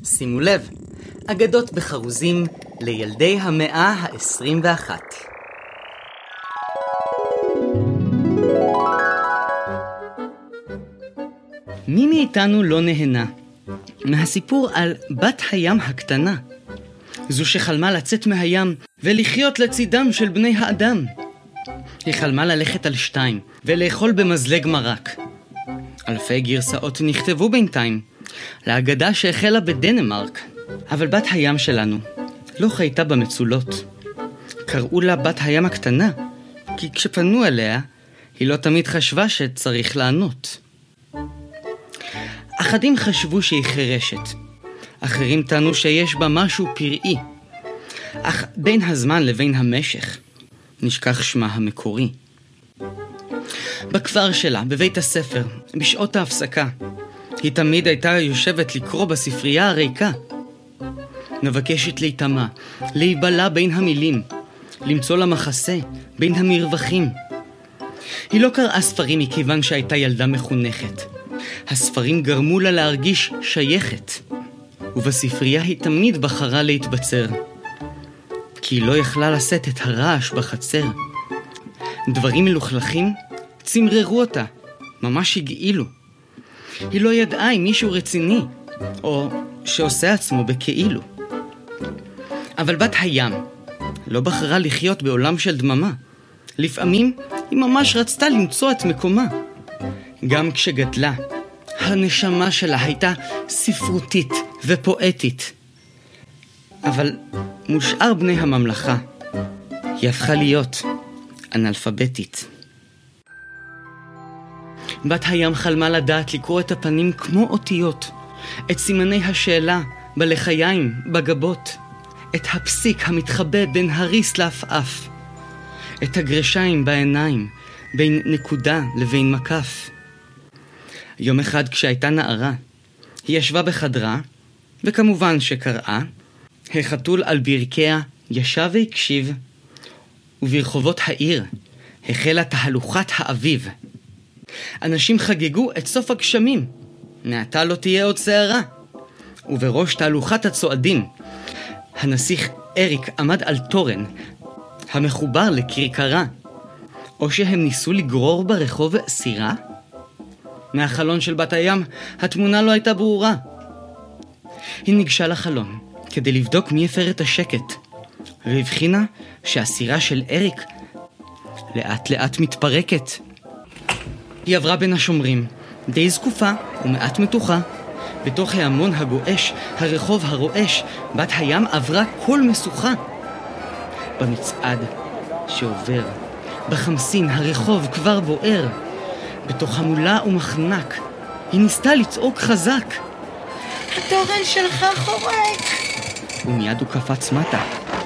שימו לב, אגדות בחרוזים לילדי המאה ה-21. מי מאיתנו לא נהנה מהסיפור על בת הים הקטנה, זו שחלמה לצאת מהים ולחיות לצידם של בני האדם. היא חלמה ללכת על 2 ולאכול במזלג מרק. אלפי גרסאות נכתבו בינתיים לאגדה שהחלה בדנמרק, אבל בת הים שלנו לא חייתה במצולות. קראו לה בת הים הקטנה, כי כשפנו אליה היא לא תמיד חשבה שצריך לענות. אחדים חשבו שהיא חרשת, אחרים טענו שיש בה משהו פראי, אך בין הזמן לבין המשך נשכח שמה המקורי. בכפר שלה, בבית הספר, בשעות ההפסקה, היא תמיד הייתה יושבת לקרוא בספרייה הריקה. מבקשת להתאמה, להיבלה בין המילים, למצוא לה מחסה בין המרווחים. היא לא קראה ספרים מכיוון שהייתה ילדה מחונכת. הספרים גרמו לה להרגיש שייכת, ובספרייה היא תמיד בחרה להתבצר, כי היא לא יכלה לשאת את הרעש בחצר. דברים מלוכלכים צמררו אותה, ממש הגעילו. היא לא ידעה אם מישהו רציני, או שעושה עצמו בכאילו. אבל בת הים לא בחרה לחיות בעולם של דממה. לפעמים היא ממש רצתה למצוא את מקומה. גם כשגדלה, הנשמה שלה הייתה ספרותית ופואטית. אבל מול שאר בני הממלכה, היא הפכה להיות אנאלפביתית. בת הים חלמה לדעת לקרוא את הפנים כמו אותיות, את סימני השאלה בלחיים, בגבות, את הפסיק המתחבא בין הריס לאפאף, את הגרשיים בעיניים, בין נקודה לבין מקף. יום אחד כשהייתה נערה, היא ישבה בחדרה, וכמובן שקראה, החתול על ברכיה ישב והקשיב, וברחובות העיר החלה תהלוכת האביב. אנשים חגגו את סוף הגשמים, מעתה לא תהיה עוד שערה. ובראש תהלוכת הצועדים, הנסיך אריק עמד על תורן, המחובר לכרכרה. או שהם ניסו לגרור ברחוב סירה? מהחלון של בת הים התמונה לא הייתה ברורה. היא ניגשה לחלון כדי לבדוק מי הפר את השקט, והבחינה שהסירה של אריק לאט לאט מתפרקת. היא עברה בין השומרים, די זקופה ומעט מתוחה. בתוך ההמון הגועש, הרחוב הרועש, בת הים עברה כל משוכה. במצעד שעובר, בחמסין הרחוב כבר בוער. בתוך המולה ומחנק, היא ניסתה לצעוק חזק. התורן שלך חורק! ומיד הוא קפץ מטה.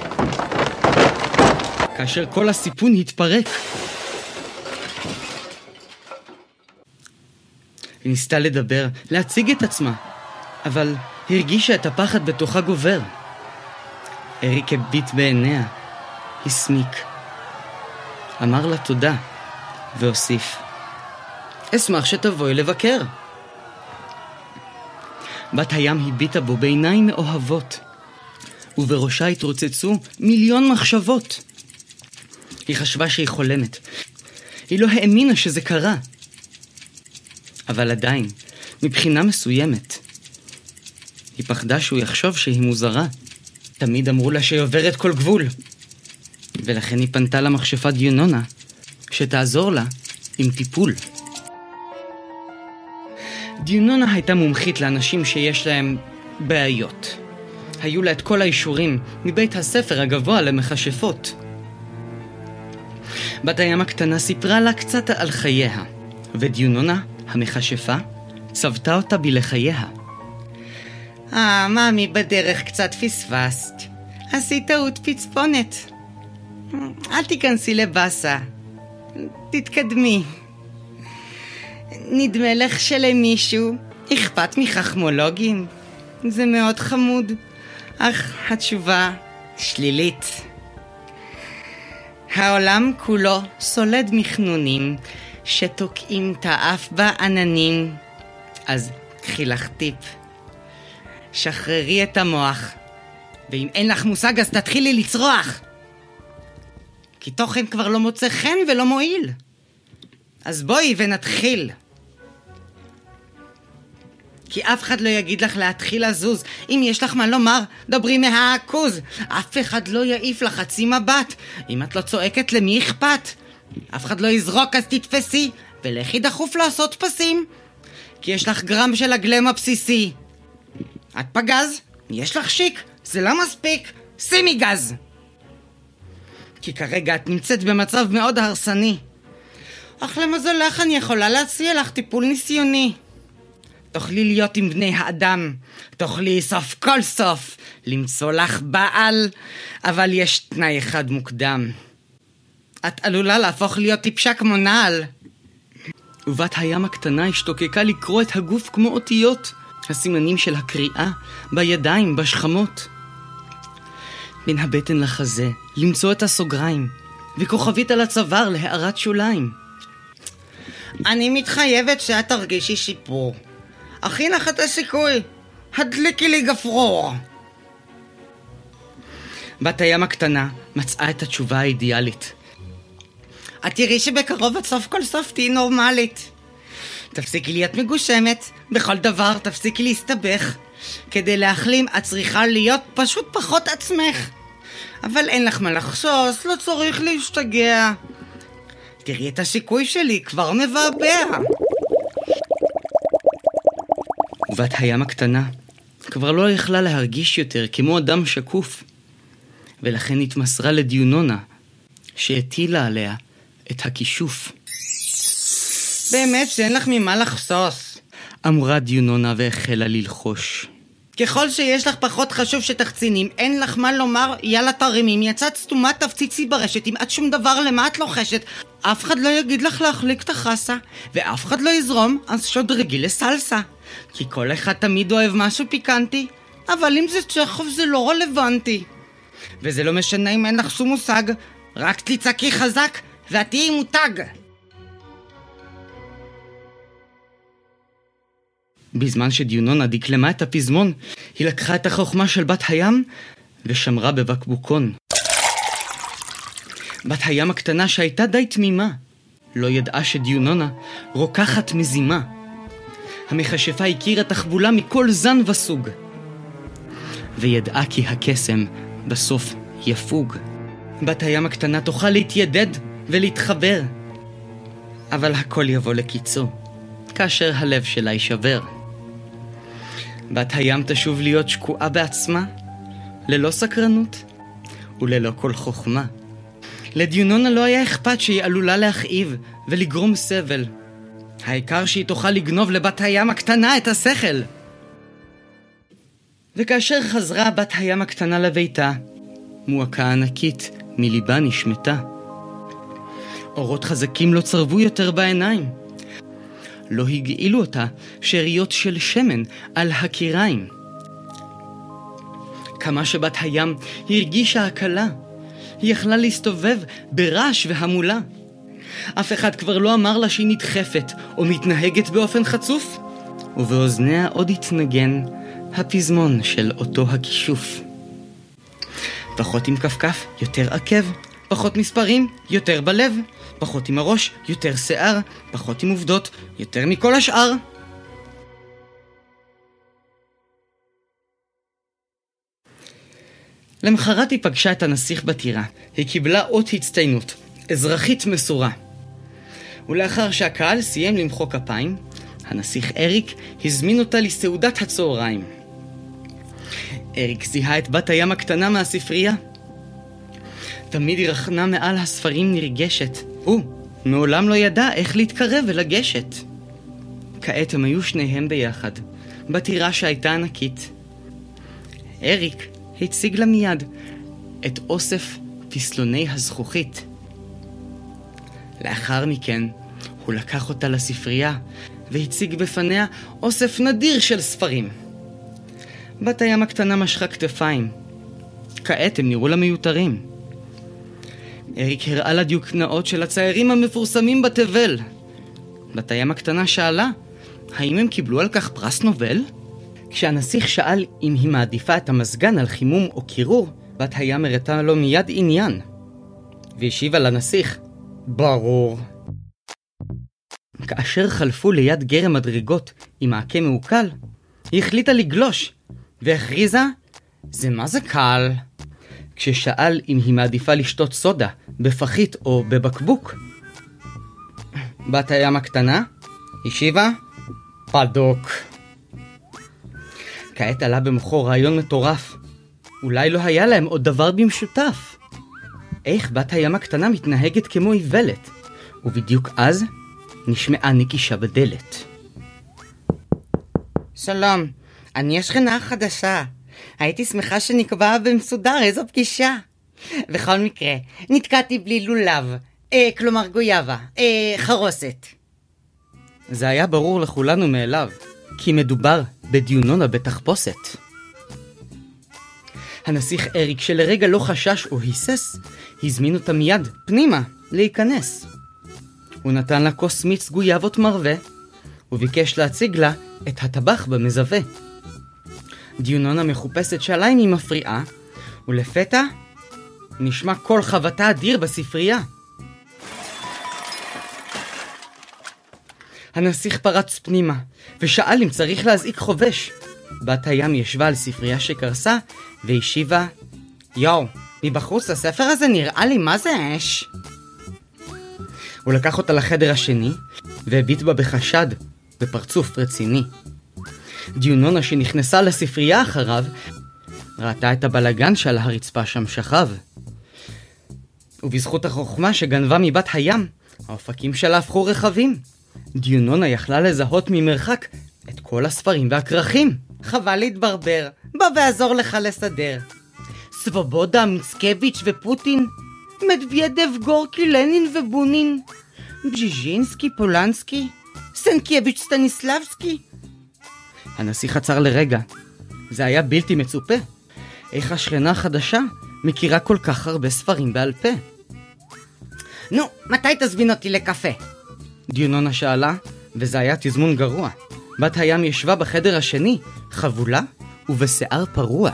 כאשר כל הסיפון התפרק, היא ניסתה לדבר, להציג את עצמה, אבל הרגישה את הפחד בתוכה גובר. אריק הביט בעיניה, הסמיק, אמר לה תודה, והוסיף, אשמח שתבואי לבקר. בת הים הביטה בו בעיניים מאוהבות, ובראשה התרוצצו מיליון מחשבות. היא חשבה שהיא חולמת. היא לא האמינה שזה קרה. אבל עדיין, מבחינה מסוימת, היא פחדה שהוא יחשוב שהיא מוזרה. תמיד אמרו לה שהיא עוברת כל גבול. ולכן היא פנתה למכשפת דיונונה, שתעזור לה עם טיפול. דיונונה הייתה מומחית לאנשים שיש להם בעיות. היו לה את כל האישורים מבית הספר הגבוה למכשפות. בת הים הקטנה סיפרה לה קצת על חייה, ודיונונה, המכשפה, צוותה אותה בלחייה. מאמי, בדרך קצת פספסת. עשית טעות פצפונת. אל תיכנסי לבסה. תתקדמי. נדמה לך שלמישהו אכפת מחכמולוגים. זה מאוד חמוד, אך התשובה שלילית. העולם כולו סולד מכנונים שתוקעים את האף בעננים. אז קחי לך טיפ. שחררי את המוח. ואם אין לך מושג אז תתחילי לצרוח. כי תוכן כבר לא מוצא חן ולא מועיל. אז בואי ונתחיל. כי אף אחד לא יגיד לך להתחיל לזוז. אם יש לך מה לומר, דברי מהעכוז. אף אחד לא יעיף לך חצי מבט. אם את לא צועקת, למי אכפת? אף אחד לא יזרוק, אז תתפסי, ולכי דחוף לעשות פסים. כי יש לך גרם של הגלם הבסיסי. את פגז? יש לך שיק? זה לא מספיק. שימי גז. כי כרגע את נמצאת במצב מאוד הרסני. אך למזלך אני יכולה להציע לך טיפול ניסיוני. תוכלי להיות עם בני האדם, תוכלי סוף כל סוף למצוא לך בעל, אבל יש תנאי אחד מוקדם. את עלולה להפוך להיות טיפשה כמו נעל. ובת הים הקטנה השתוקקה לקרוא את הגוף כמו אותיות, הסימנים של הקריאה, בידיים, בשכמות. בין הבטן לחזה, למצוא את הסוגריים, וכוכבית על הצוואר להערת שוליים. אני מתחייבת שאת תרגישי שיפור. הכי לך את הסיכוי, הדליקי לי גפרור. בת הים הקטנה מצאה את התשובה האידיאלית. את תראי שבקרוב את סוף כל סוף תהי נורמלית. תפסיקי להיות מגושמת, בכל דבר תפסיקי להסתבך. כדי להחלים את צריכה להיות פשוט פחות עצמך. אבל אין לך מה לחשוש, לא צריך להשתגע. תראי את הסיכוי שלי, כבר מבעבע. ובת הים הקטנה כבר לא יכלה להרגיש יותר כמו אדם שקוף, ולכן התמסרה לדיונונה שהטילה עליה את הכישוף. באמת שאין לך ממה לחשוש, אמרה דיונונה והחלה ללחוש. ככל שיש לך פחות חשוב שתחצינים, אין לך מה לומר, יאללה תרימים, יצאת סתומה תפציצי ברשת, אם את שום דבר למה את לוחשת, אף אחד לא יגיד לך להחליק את החסה, ואף אחד לא יזרום, אז שודרגי לסלסה. כי כל אחד תמיד אוהב משהו פיקנטי, אבל אם זה צ'כוב זה לא רלוונטי. וזה לא משנה אם אין לך שום מושג, רק תצעקי חזק ואת תהיי מותג. בזמן שדיונונה דקלמה את הפזמון, היא לקחה את החוכמה של בת הים ושמרה בבקבוקון. בת הים הקטנה שהייתה די תמימה, לא ידעה שדיונונה רוקחת מזימה. המכשפה הכירה תחבולה מכל זן וסוג, וידעה כי הקסם בסוף יפוג. בת הים הקטנה תוכל להתיידד ולהתחבר, אבל הכל יבוא לקיצו כאשר הלב שלה יישבר. בת הים תשוב להיות שקועה בעצמה, ללא סקרנות וללא כל חוכמה. לדיונונה לא היה אכפת שהיא עלולה להכאיב ולגרום סבל. העיקר שהיא תוכל לגנוב לבת הים הקטנה את השכל. וכאשר חזרה בת הים הקטנה לביתה, מועקה ענקית מליבה נשמתה. אורות חזקים לא צרבו יותר בעיניים. לא הגעילו אותה שאריות של שמן על הקיריים. כמה שבת הים הרגישה הקלה, היא יכלה להסתובב ברעש והמולה. אף אחד כבר לא אמר לה שהיא נדחפת או מתנהגת באופן חצוף, ובאוזניה עוד התנגן הפזמון של אותו הכישוף. פחות עם כפכף, יותר עקב, פחות מספרים, יותר בלב, פחות עם הראש, יותר שיער, פחות עם עובדות, יותר מכל השאר. למחרת היא פגשה את הנסיך בטירה. היא קיבלה אות הצטיינות, אזרחית מסורה. ולאחר שהקהל סיים למחוא כפיים, הנסיך אריק הזמין אותה לסעודת הצהריים. אריק זיהה את בת הים הקטנה מהספרייה. תמיד היא רחנה מעל הספרים נרגשת. הוא מעולם לא ידע איך להתקרב ולגשת. כעת הם היו שניהם ביחד, בטירה שהייתה ענקית. אריק הציג לה מיד את אוסף פסלוני הזכוכית. לאחר מכן הוא לקח אותה לספרייה והציג בפניה אוסף נדיר של ספרים. בת הים הקטנה משכה כתפיים. כעת הם נראו לה מיותרים. אריק הראה לה דיוקנאות של הציירים המפורסמים בתבל. בת הים הקטנה שאלה, האם הם קיבלו על כך פרס נובל? כשהנסיך שאל אם היא מעדיפה את המזגן על חימום או קירור, בת הים הראתה לו מיד עניין. והשיבה לנסיך, ברור. כאשר חלפו ליד גרם מדרגות עם מעקה מעוקל, היא החליטה לגלוש, והכריזה, זה מה זה קל. כששאל אם היא מעדיפה לשתות סודה, בפחית או בבקבוק, בת הים הקטנה השיבה, בדוק. כעת עלה במוחו רעיון מטורף. אולי לא היה להם עוד דבר במשותף. איך בת הים הקטנה מתנהגת כמו איוולת? ובדיוק אז נשמעה נקישה בדלת. שלום, אני השכנה החדשה. הייתי שמחה שנקבע במסודר איזו פגישה. בכל מקרה, נתקעתי בלי לולב, כלומר גויאבה, חרוסת. זה היה ברור לכולנו מאליו, כי מדובר בדיונונה בתחפושת. הנסיך אריק שלרגע לא חשש או היסס, הזמין אותה מיד פנימה להיכנס. הוא נתן לה כוס מיץ גויאבות מרווה, וביקש להציג לה את הטבח במזווה. דיונונה מחופשת שאלה אם היא מפריעה, ולפתע נשמע קול חבטה אדיר בספרייה. הנסיך פרץ פנימה, ושאל אם צריך להזעיק חובש. בת הים ישבה על ספרייה שקרסה, והשיבה, יואו, מבחוץ הספר הזה נראה לי מה זה אש. הוא לקח אותה לחדר השני, והביט בה בחשד, בפרצוף רציני. דיונונה שנכנסה לספרייה אחריו, ראתה את הבלגן שעל הרצפה שם שכב. ובזכות החוכמה שגנבה מבת הים, האופקים שלה הפכו רחבים. דיונונה יכלה לזהות ממרחק את כל הספרים והכרכים. חבל להתברבר, בוא ועזור לך לסדר. סבובודה, מיצקביץ' ופוטין, מדווידב, גורקי, לנין ובונין, בז'יז'ינסקי, פולנסקי, סנקייביץ', סטניסלבסקי. הנסיך עצר לרגע. זה היה בלתי מצופה. איך השכנה החדשה מכירה כל כך הרבה ספרים בעל פה? נו, מתי תזמין אותי לקפה? דיונונה שאלה, וזה היה תזמון גרוע. בת הים ישבה בחדר השני, חבולה ובשיער פרוע.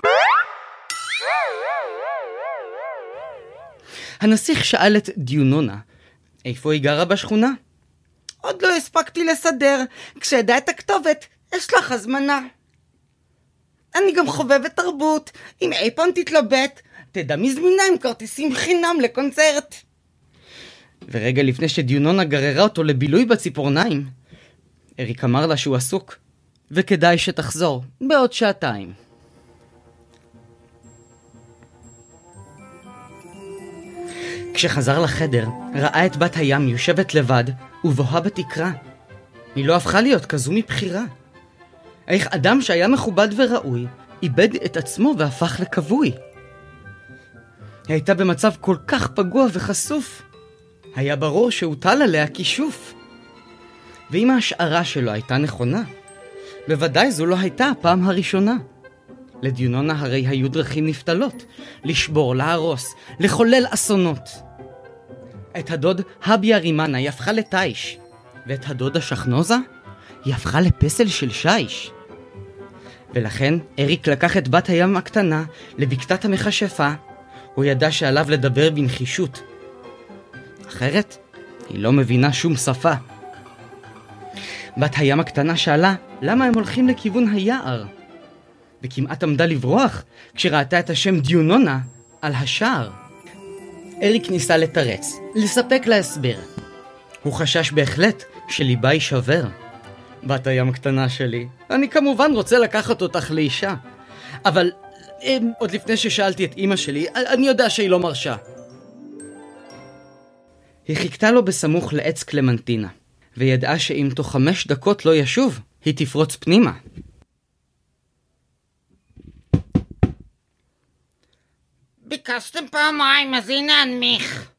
הנסיך שאל את דיונונה, איפה היא גרה בשכונה? עוד לא הספקתי לסדר, כשאדע את הכתובת, יש לך הזמנה. אני גם חובבת תרבות, אם אי פעם תתלבט, תדע מזמינה עם כרטיסים חינם לקונצרט. ורגע לפני שדיונונה גררה אותו לבילוי בציפורניים, אריק אמר לה שהוא עסוק, וכדאי שתחזור בעוד שעתיים. כשחזר לחדר, ראה את בת הים יושבת לבד ובוהה בתקרה. היא לא הפכה להיות כזו מבחירה. איך אדם שהיה מכובד וראוי, איבד את עצמו והפך לכבוי. היא הייתה במצב כל כך פגוע וחשוף. היה ברור שהוטל עליה כישוף. ואם ההשערה שלו הייתה נכונה, בוודאי זו לא הייתה הפעם הראשונה. לדיונונה הרי היו דרכים נפתלות, לשבור, להרוס, לחולל אסונות. את הדוד הביה רימנה היא הפכה לתיש, ואת הדודה שכנוזה היא הפכה לפסל של שיש. ולכן אריק לקח את בת הים הקטנה לבקתת המכשפה. הוא ידע שעליו לדבר בנחישות. אחרת היא לא מבינה שום שפה. בת הים הקטנה שאלה למה הם הולכים לכיוון היער, וכמעט עמדה לברוח כשראתה את השם דיונונה על השער. אריק ניסה לתרץ, לספק לה הסבר. הוא חשש בהחלט שליבה יישבר. בת הים הקטנה שלי, אני כמובן רוצה לקחת אותך לאישה, אבל עוד לפני ששאלתי את אמא שלי, אני יודע שהיא לא מרשה. היא חיכתה לו בסמוך לעץ קלמנטינה, וידעה שאם תוך 5 דקות לא ישוב, היא תפרוץ פנימה. ביקשתם פעמיים, אז הנה הנמיך.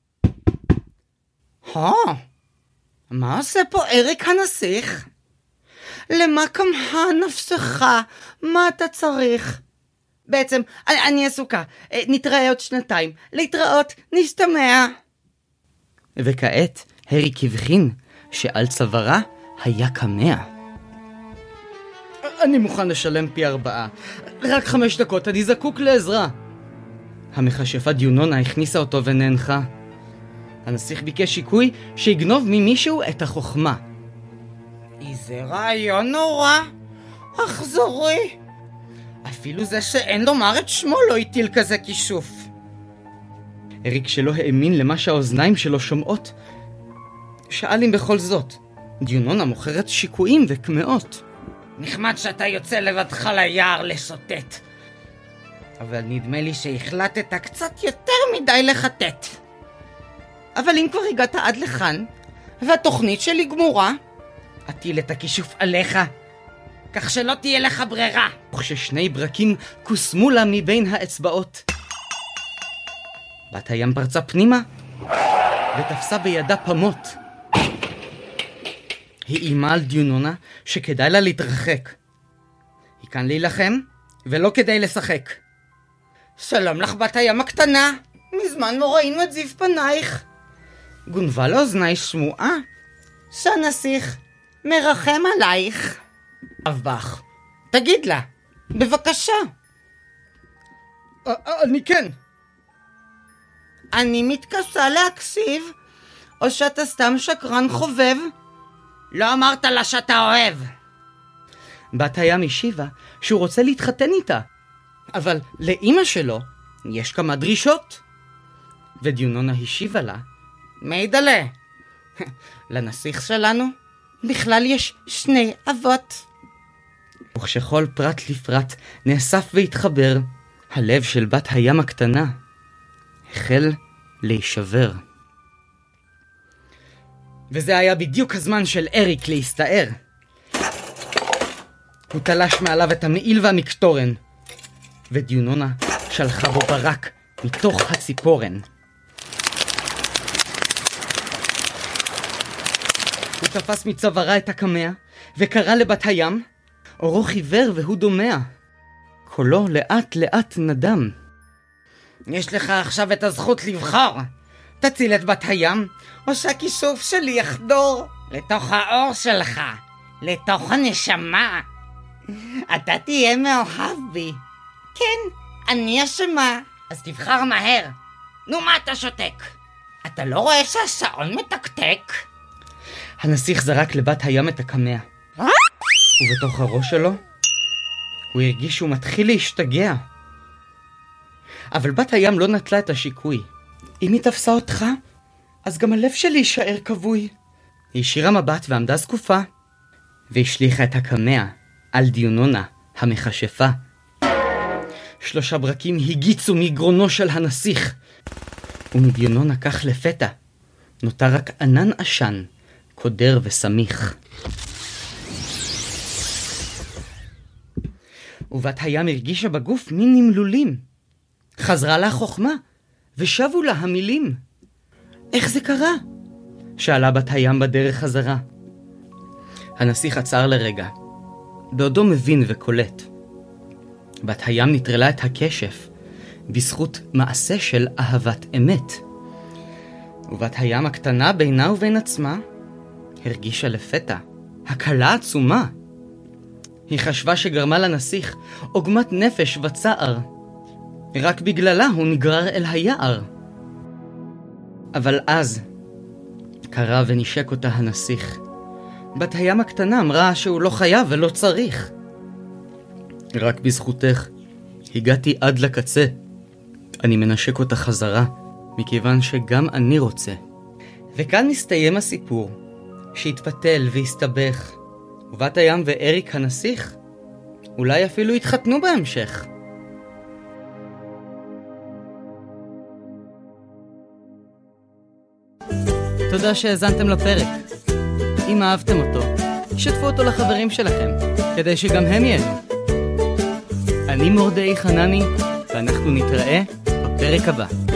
מה עושה פה אריק הנסיך? למה כמהה נפשך? מה אתה צריך? בעצם, אני עסוקה. נתראה עוד 2. להתראות, נשתמע. וכעת, אריק הבחין שעל צווארה היה קמע. אני מוכן לשלם פי 4. רק 5 דקות, אני זקוק לעזרה. המכשפה דיונונה הכניסה אותו ונאנחה. הנסיך ביקש שיקוי שיגנוב ממישהו את החוכמה. איזה רעיון נורא. אחזורי. אפילו זה שאין לומר את שמו לא הטיל כזה כישוף. אריק שלא האמין למה שהאוזניים שלו שומעות, שאל אם בכל זאת דיונונה מוכרת שיקויים וכמאות. נחמד שאתה יוצא לבדך ליער לשוטט, אבל נדמה לי שהחלטת קצת יותר מדי לחטט. אבל אם כבר הגעת עד לכאן והתוכנית שלי גמורה, אטיל את הכישוף עליך, כך שלא תהיה לך ברירה. וכששני ברקים קוסמו לה מבין האצבעות, בת הים פרצה פנימה ותפסה בידה פמות. היא אימה על דיונונה שכדאי לה להתרחק. היא כאן להילחם ולא כדי לשחק. שלום לך בת הים הקטנה, מזמן לא ראינו את זיו פנייך. גונבה לאוזני שמועה שהנסיך מרחם עלייך. אבך, תגיד לה, בבקשה. אני כן. אני מתקשה להקשיב, או שאתה סתם שקרן חובב? לא אמרת לה שאתה אוהב. בת הים השיבה שהוא רוצה להתחתן איתה, אבל לאמא שלו יש כמה דרישות. ודיונונה השיבה לה, מידלה, לנסיך שלנו בכלל יש 2 אבות. וכשכל פרט לפרט נאסף והתחבר, הלב של בת הים הקטנה החל להישבר. וזה היה בדיוק הזמן של אריק להסתער. הוא תלש מעליו את המעיל והמקטורן, ודיונונה שלחה בו ברק מתוך הציפורן. הוא תפס מצווארה את הקמע וקרא לבת הים, אורו חיוור והוא דומע, קולו לאט לאט נדם. יש לך עכשיו את הזכות לבחור, תציל את בת הים או שהכישוף שלי יחדור לתוך האור שלך, לתוך הנשמה. אתה תהיה מאוהב בי. כן, אני אשמה. אז תבחר מהר. נו, מה אתה שותק? אתה לא רואה שהשעון מתקתק? הנסיך זרק לבת הים את הקמע, ובתוך הראש שלו הוא הרגיש שהוא מתחיל להשתגע. אבל בת הים לא נטלה את השיקוי. אם היא תפסה אותך, אז גם הלב שלי יישאר כבוי. היא השאירה מבט ועמדה זקופה, והשליחה את הקמע על דיונונה המכשפה. 3 ברקים הגיצו מגרונו של הנסיך, ומדיונונה כך לפתע נותר רק ענן עשן, קודר וסמיך. ובת הים הרגישה בגוף מין נמלולים. חזרה לה חוכמה, ושבו לה המילים. איך זה קרה? שאלה בת הים בדרך חזרה. הנסיך עצר לרגע, בעודו מבין וקולט. בת הים נטרלה את הכשף, בזכות מעשה של אהבת אמת. ובת הים הקטנה בינה ובין עצמה, הרגישה לפתע הקלה עצומה. היא חשבה שגרמה לנסיך עוגמת נפש וצער, רק בגללה הוא נגרר אל היער. אבל אז קרא ונשק אותה הנסיך. בת הים הקטנה אמרה שהוא לא חייב ולא צריך. רק בזכותך הגעתי עד לקצה. אני מנשק אותה חזרה, מכיוון שגם אני רוצה. וכאן מסתיים הסיפור, שהתפתל והסתבך, ובת הים ואריק הנסיך אולי אפילו התחתנו בהמשך. תודה שהאזנתם לפרק. אם אהבתם אותו, שתפו אותו לחברים שלכם, כדי שגם הם ייהנו. אני מורדאי חנני, ואנחנו נתראה בפרק הבא.